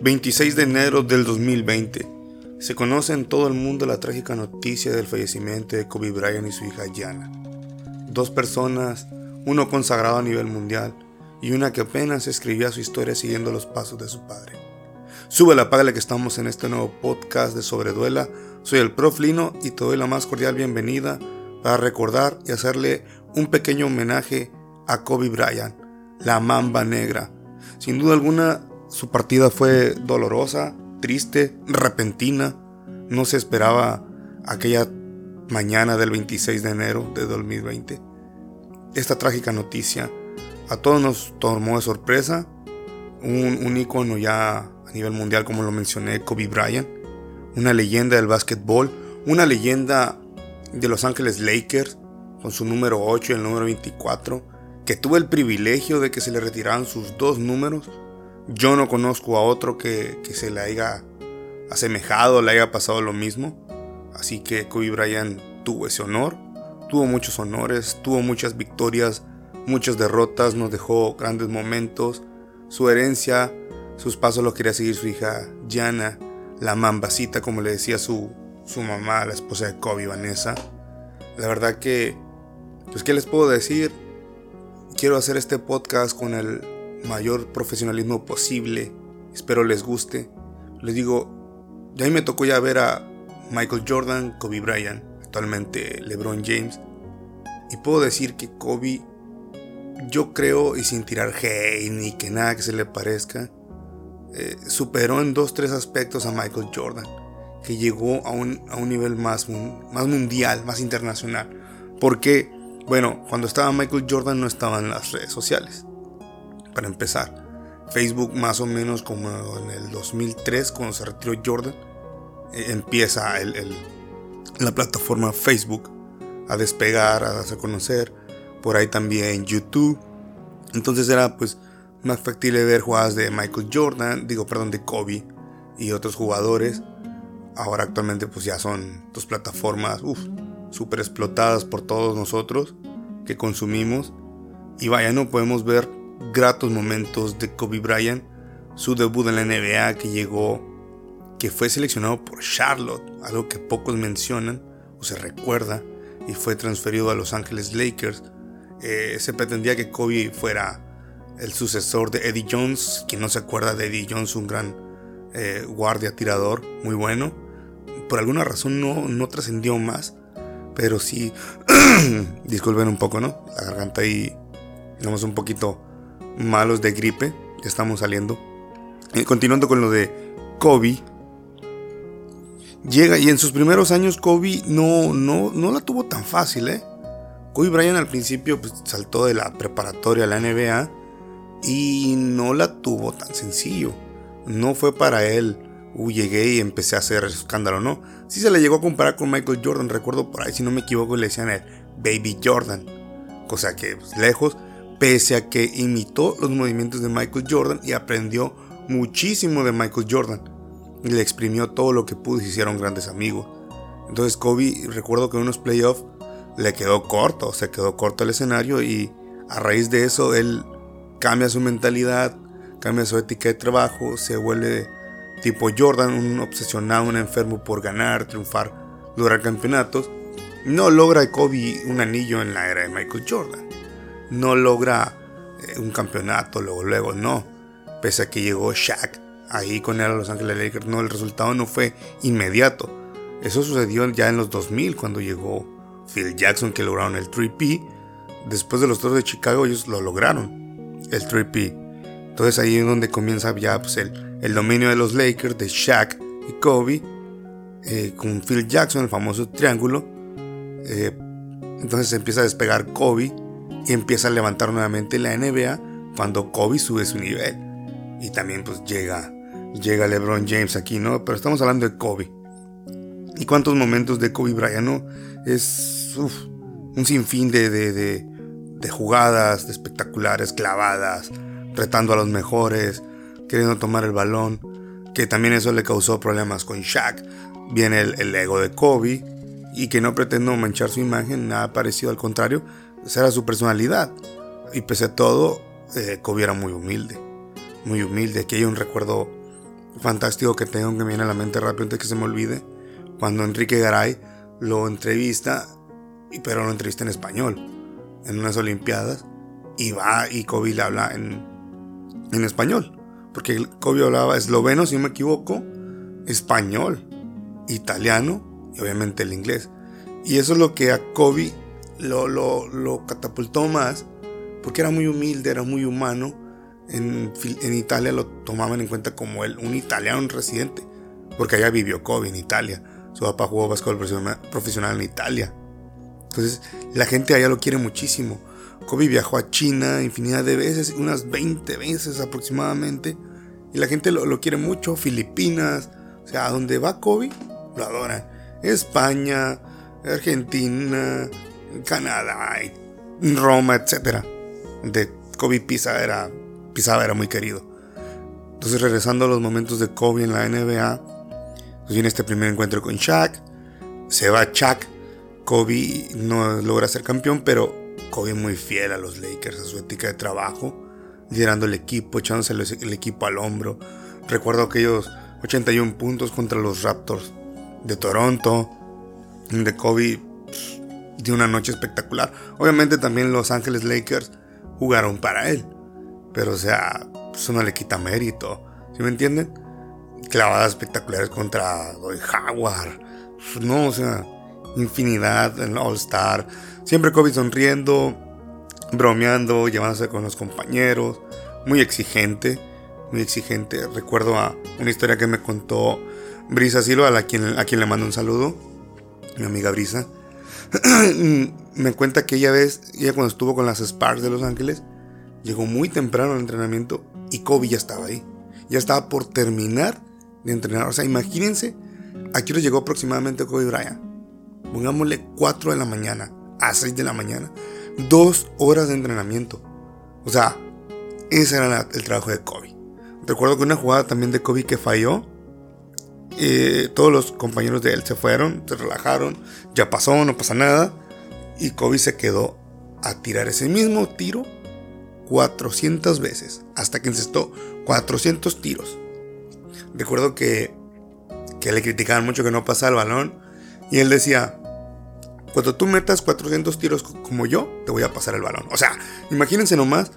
26 de enero del 2020. Se conoce en todo el mundo la trágica noticia del fallecimiento de Kobe Bryant y su hija Gianna. Dos personas, uno consagrado a nivel mundial y una que apenas escribía su historia siguiendo los pasos de su padre. Súbele, apágale que estamos en este nuevo podcast de Sobreduela. Soy el Prof Lino y te doy la más cordial bienvenida para recordar y hacerle un pequeño homenaje a Kobe Bryant, la Mamba Negra. Sin duda alguna, su partida fue dolorosa, triste, repentina. No se esperaba aquella mañana del 26 de enero de 2020. Esta trágica noticia a todos nos tomó de sorpresa. Un ícono ya a nivel mundial, como lo mencioné, Kobe Bryant, una leyenda del básquetbol, una leyenda de Los Ángeles Lakers con su número 8 y el número 24, que tuvo el privilegio de que se le retiraran sus dos números. Yo no conozco a otro que se le haya asemejado, le haya pasado lo mismo. Así que Kobe Bryant tuvo ese honor, tuvo muchos honores, tuvo muchas victorias, muchas derrotas, nos dejó grandes momentos. Su herencia, sus pasos los quería seguir su hija Gianna, la Mambacita, como le decía su mamá, la esposa de Kobe, Vanessa. La verdad que, pues, ¿qué les puedo decir? Quiero hacer este podcast con el mayor profesionalismo posible. Espero les guste. Les digo, ya me tocó ya ver a Michael Jordan, Kobe Bryant, actualmente LeBron James, y puedo decir que Kobe, yo creo, y sin tirar hate ni que nada que se le parezca, superó en 2-3 aspectos a Michael Jordan, que llegó a un nivel más mundial, más internacional. Porque, bueno, cuando estaba Michael Jordan no estaban las redes sociales. Para empezar, Facebook más o menos como en el 2003, cuando se retiró Jordan, empieza la plataforma Facebook a despegar, a darse a conocer. Por ahí también YouTube. Entonces era pues más factible ver jugadas de Michael Jordan, de Kobe y otros jugadores. Ahora actualmente pues ya son dos plataformas súper explotadas por todos nosotros que consumimos. Y vaya, no podemos ver gratos momentos de Kobe Bryant, su debut en la NBA que fue seleccionado por Charlotte, algo que pocos mencionan o se recuerda, y fue transferido a Los Ángeles Lakers. Se pretendía que Kobe fuera el sucesor de Eddie Jones. Quien no se acuerda de Eddie Jones, un gran guardia tirador muy bueno. Por alguna razón no trascendió más, pero sí disculpen un poco, ¿no? La garganta ahí, estamos un poquito malos de gripe, ya estamos saliendo. Continuando con lo de Kobe, llega y en sus primeros años Kobe no la tuvo tan fácil, Kobe Bryant al principio pues, saltó de la preparatoria a la NBA y no la tuvo tan sencillo. No fue para él, llegué y empecé a hacer escándalo, no. Sí se le llegó a comparar con Michael Jordan, recuerdo por ahí, si no me equivoco, le decían el Baby Jordan. Cosa que pues, lejos, pese a que imitó los movimientos de Michael Jordan y aprendió muchísimo de Michael Jordan. Y le exprimió todo lo que pudo y se hicieron grandes amigos. Entonces Kobe, recuerdo que en unos playoffs le quedó corto, se quedó corto el escenario, y a raíz de eso él cambia su mentalidad, cambia su ética de trabajo, se vuelve tipo Jordan, un obsesionado, un enfermo por ganar, triunfar, lograr campeonatos. No logra Kobe un anillo en la era de Michael Jordan, no logra un campeonato luego, no, pese a que llegó Shaq ahí con él a Los Ángeles Lakers, no, el resultado no fue inmediato. Eso sucedió ya en los 2000 cuando llegó Phil Jackson, que lograron el 3P. Después de los Toros de Chicago ellos lo lograron, el 3P. Entonces ahí es donde comienza ya pues, el dominio de los Lakers, de Shaq y Kobe, con Phil Jackson, el famoso triángulo. Entonces empieza a despegar Kobe y empieza a levantar nuevamente la NBA cuando Kobe sube su nivel. Y también pues llega LeBron James aquí, ¿no? Pero estamos hablando de Kobe. ¿Y cuántos momentos de Kobe Bryant, no? Es un sinfín de jugadas, de espectaculares, clavadas, retando a los mejores, queriendo tomar el balón, que también eso le causó problemas con Shaq. Viene el ego de Kobe, y que no pretendo manchar su imagen, nada parecido, al contrario, esa era su personalidad. Y pese a todo, Kobe era muy humilde. Aquí hay un recuerdo fantástico que tengo que me viene a la mente rápido antes que se me olvide, cuando Enrique Garay lo entrevista, pero lo entrevista en español, en unas olimpiadas, y va y Kobe le habla en español, porque Kobe hablaba esloveno, si no me equivoco, español, italiano y obviamente el inglés. Y eso es lo que a Kobe lo catapultó más, porque era muy humilde, era muy humano. En Italia lo tomaban en cuenta como un italiano residente, porque allá vivió Kobe en Italia. Su papá jugó básquetbol profesional en Italia. Entonces la gente allá lo quiere muchísimo. Kobe viajó a China infinidad de veces, unas 20 veces aproximadamente, y la gente lo quiere mucho. Filipinas, o sea, a donde va Kobe lo adoran. España, Argentina, Canadá, Roma, etc. De Kobe Pisaba era muy querido. Entonces, regresando a los momentos de Kobe en la NBA, pues viene este primer encuentro con Shaq. Se va Shaq. Kobe no logra ser campeón, pero Kobe muy fiel a los Lakers, a su ética de trabajo, liderando el equipo, echándose el equipo al hombro. Recuerdo aquellos 81 puntos contra los Raptors de Toronto, donde Kobe dio una noche espectacular. Obviamente también Los Ángeles Lakers jugaron para él, pero o sea, eso no le quita mérito, ¿sí me entienden? Clavadas espectaculares contra Dwight Howard, no, o sea, infinidad en All-Star. Siempre Kobe sonriendo, bromeando, llevándose con los compañeros, muy exigente. Recuerdo a una historia que me contó Brisa Silva, a quien le mando un saludo, mi amiga Brisa. Me cuenta que ella cuando estuvo con las Sparks de Los Ángeles, llegó muy temprano al entrenamiento y Kobe ya estaba ahí. Ya estaba por terminar de entrenar. O sea, imagínense a qué hora llegó aproximadamente Kobe Bryant. Pongámosle 4 de la mañana a 6 de la mañana. 2 horas de entrenamiento. O sea, ese era el trabajo de Kobe. Recuerdo que una jugada también de Kobe que falló, todos los compañeros de él se fueron, se relajaron, ya pasó, no pasa nada, y Kobe se quedó a tirar ese mismo tiro 400 veces, hasta que encestó 400 tiros. Recuerdo que le criticaban mucho que no pasaba el balón, y él decía: cuando tú metas 400 tiros como yo, te voy a pasar el balón. O sea, imagínense nomás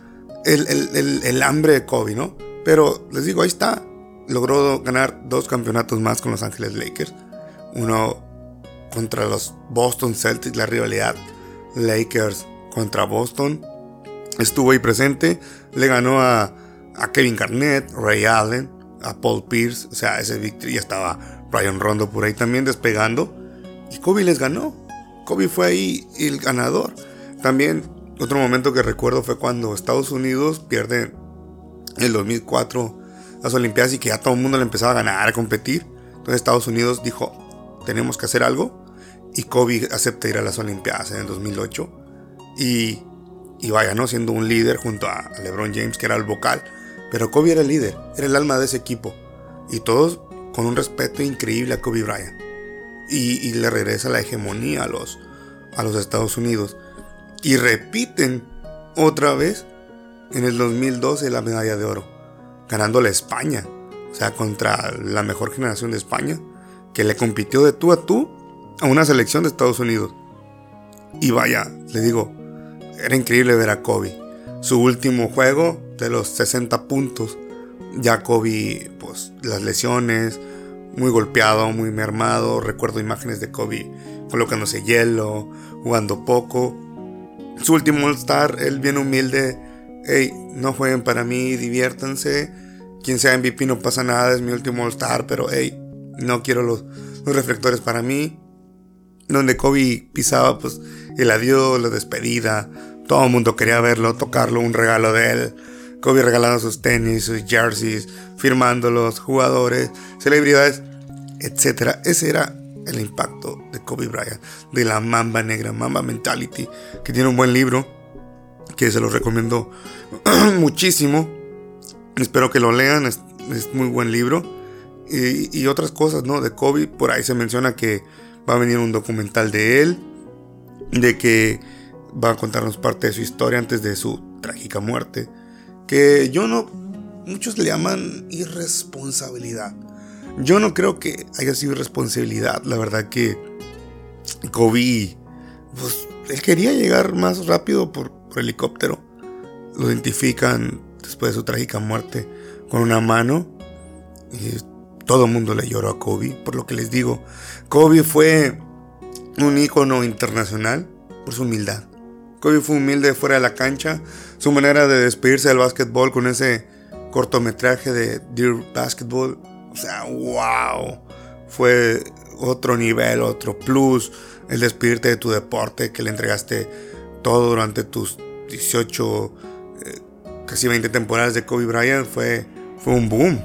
el hambre de Kobe, ¿no? Pero les digo, ahí está. Logró ganar 2 campeonatos más con Los Ángeles Lakers. Uno contra los Boston Celtics, la rivalidad Lakers contra Boston. Estuvo ahí presente. Le ganó a Kevin Garnett, Ray Allen, a Paul Pierce. O sea, ese victory. Ya estaba Rajon Rondo por ahí también despegando. Y Kobe les ganó. Kobe fue ahí el ganador. También otro momento que recuerdo fue cuando Estados Unidos pierde en el 2004 las Olimpiadas y que ya todo el mundo le empezaba a ganar, a competir. Entonces Estados Unidos dijo: tenemos que hacer algo. Y Kobe acepta ir a las Olimpiadas en el 2008. Y vaya, ¿no? Siendo un líder junto a LeBron James, que era el vocal. Pero Kobe era el líder, era el alma de ese equipo. Y todos con un respeto increíble a Kobe Bryant. Y le regresa la hegemonía a los Estados Unidos. Y repiten otra vez en el 2012 la medalla de oro, ganándole a España. O sea, contra la mejor generación de España, que le compitió de tú a una selección de Estados Unidos. Y vaya, le digo, era increíble ver a Kobe. Su último juego, de los 60 puntos, ya Kobe, pues las lesiones, muy golpeado, muy mermado. Recuerdo imágenes de Kobe colocándose hielo, jugando poco. Su último All-Star, él bien humilde: hey, no jueguen para mí, diviértanse. Quien sea MVP no pasa nada, es mi último All-Star, pero hey, no quiero los reflectores para mí. Donde Kobe pisaba, pues, el adiós, la despedida. Todo el mundo quería verlo, tocarlo, un regalo de él. Kobe regalando sus tenis, sus jerseys, firmándolos, jugadores, celebridades, etc. Ese era el impacto de Kobe Bryant, de la Mamba Negra, Mamba Mentality, que tiene un buen libro, que se los recomiendo muchísimo. Espero que lo lean, es muy buen libro. Y otras cosas, ¿no? De Kobe, por ahí se menciona que va a venir un documental de él, de que va a contarnos parte de su historia antes de su trágica muerte, que yo no muchos le llaman irresponsabilidad. Yo no creo que haya sido irresponsabilidad. La verdad que Kobe, pues, él quería llegar más rápido por helicóptero. Lo identifican después de su trágica muerte con una mano. Y todo el mundo le lloró a Kobe. Por lo que les digo, Kobe fue un ícono internacional por su humildad. Kobe fue humilde fuera de la cancha. Su manera de despedirse del básquetbol con ese cortometraje de Dear Basketball, o sea, wow, fue otro nivel, otro plus. El despedirte de tu deporte, que le entregaste todo durante tus 18, casi 20 temporadas de Kobe Bryant, fue un boom.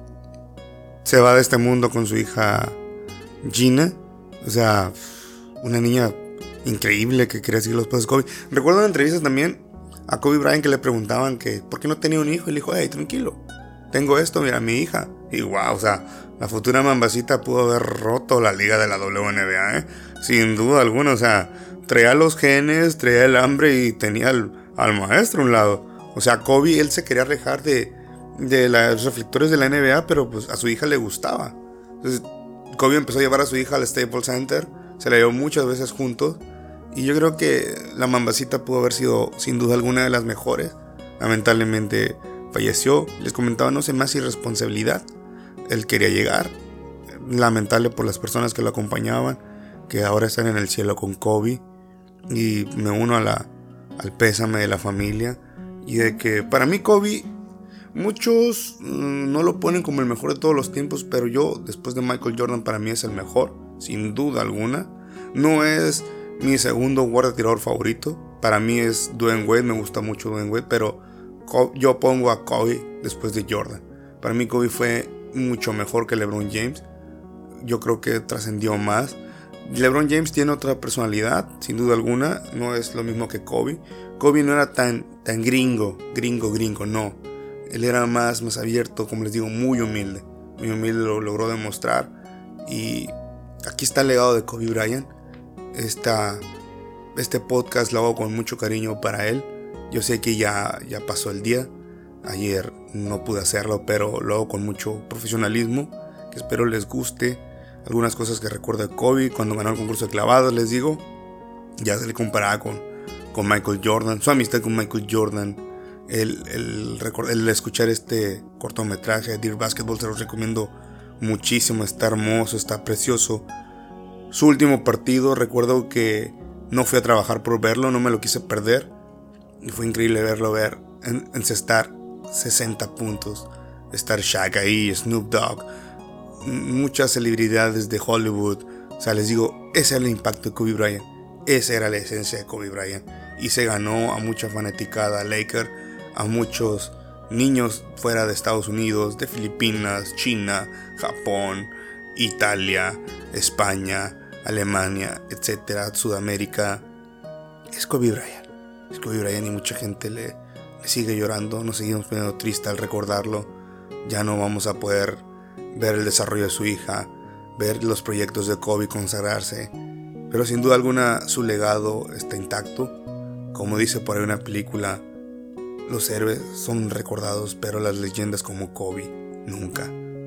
Se va de este mundo con su hija Gina, o sea, una niña increíble que quería seguir los pasos de Kobe. Recuerdo en entrevistas también a Kobe Bryant que le preguntaban que por qué no tenía un hijo, y le dijo, hey, tranquilo, tengo esto, mira, mi hija. Y wow, o sea, la futura Mambacita pudo haber roto la liga de la WNBA, sin duda alguna. O sea, traía los genes, traía el hambre y tenía al maestro a un lado. O sea, Kobe, él se quería alejar de los reflectores de la NBA, pero pues a su hija le gustaba. Entonces Kobe empezó a llevar a su hija al Staples Center, se la llevó muchas veces juntos, y yo creo que la Mambacita pudo haber sido sin duda alguna de las mejores. Lamentablemente falleció. Les comentaba, no sé, más irresponsabilidad. Él quería llegar, lamentable por las personas que lo acompañaban, que ahora están en el cielo con Kobe, y me uno al pésame de la familia. Y de que para mí Kobe, muchos no lo ponen como el mejor de todos los tiempos, pero yo, después de Michael Jordan, para mí es el mejor, sin duda alguna. No es mi segundo guardia tirador favorito, para mí es Dwayne Wade, me gusta mucho Dwayne Wade, pero yo pongo a Kobe después de Jordan. Para mí Kobe fue mucho mejor que LeBron James. Yo creo que trascendió más. LeBron James tiene otra personalidad, sin duda alguna. No es lo mismo que Kobe. Kobe no era tan gringo, no. Él era más abierto, como les digo, muy humilde. Muy humilde, lo logró demostrar. Y aquí está el legado de Kobe Bryant. Este podcast lo hago con mucho cariño para él. Yo sé que ya pasó el día. Ayer no pude hacerlo, pero lo hago con mucho profesionalismo, que espero les guste. Algunas cosas que recuerdo de Kobe cuando ganó el concurso de clavados, les digo. Ya se le comparaba con Michael Jordan, su amistad con Michael Jordan. El escuchar este cortometraje, Dear Basketball, se los recomiendo muchísimo. Está hermoso, está precioso. Su último partido, recuerdo que no fui a trabajar por verlo, no me lo quise perder. Y fue increíble verlo encestar 60 puntos. Estar Shaq ahí, Snoop Dogg, muchas celebridades de Hollywood. O sea, les digo, ese era el impacto de Kobe Bryant. Esa era la esencia de Kobe Bryant. Y se ganó a mucha fanaticada Laker, a muchos niños fuera de Estados Unidos, de Filipinas, China, Japón, Italia, España, Alemania, etcétera, Sudamérica. Es Kobe Bryant. Es Kobe Bryant y mucha gente le sigue llorando. Nos seguimos poniendo tristes al recordarlo. Ya no vamos a poder ver el desarrollo de su hija, ver los proyectos de Kobe consagrarse, pero sin duda alguna su legado está intacto. Como dice por ahí una película, los héroes son recordados, pero las leyendas como Kobe nunca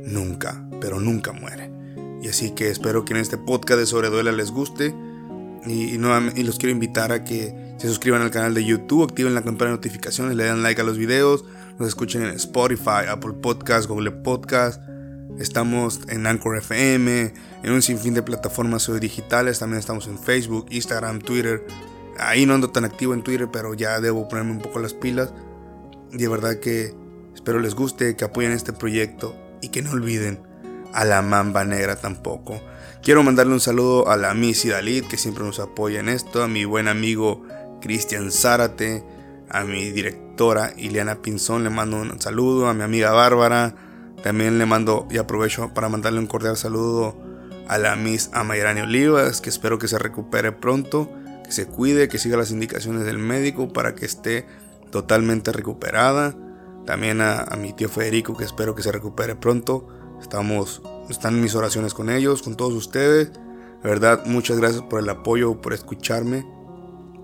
mueren. Y así que espero que en este podcast de Sobreduela les guste, y los quiero invitar a que se suscriban al canal de YouTube, activen la campana de notificaciones, le dan like a los videos, nos escuchen en Spotify, Apple Podcast, Google Podcast. Estamos en Anchor FM, en un sinfín de plataformas digitales. También estamos en Facebook, Instagram, Twitter. Ahí no ando tan activo en Twitter, pero ya debo ponerme un poco las pilas. Y de verdad que espero les guste, que apoyen este proyecto y que no olviden a la Mamba Negra tampoco. Quiero mandarle un saludo a la Missy Dalit, que siempre nos apoya en esto, a mi buen amigo Cristian Zárate, a mi directora Ileana Pinzón, le mando un saludo, a mi amiga Bárbara. También le mando y aprovecho para mandarle un cordial saludo a la Miss Amairani Olivas, que espero que se recupere pronto, que se cuide, que siga las indicaciones del médico para que esté totalmente recuperada. También a mi tío Federico, que espero que se recupere pronto. Están en mis oraciones con ellos, con todos ustedes. De verdad, muchas gracias por el apoyo, por escucharme.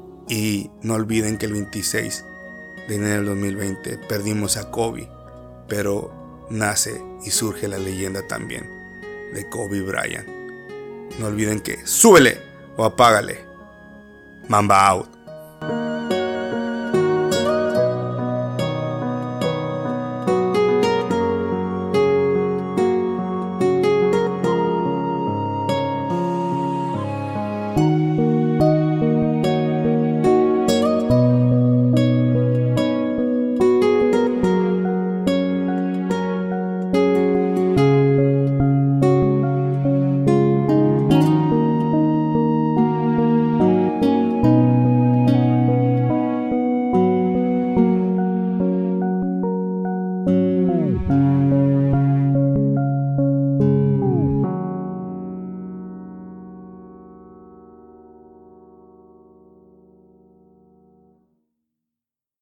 Y no olviden que el 26 de enero del 2020 perdimos a Kobe. pero nace y surge la leyenda también de Kobe Bryant. No olviden que súbele o apágale. Mamba out.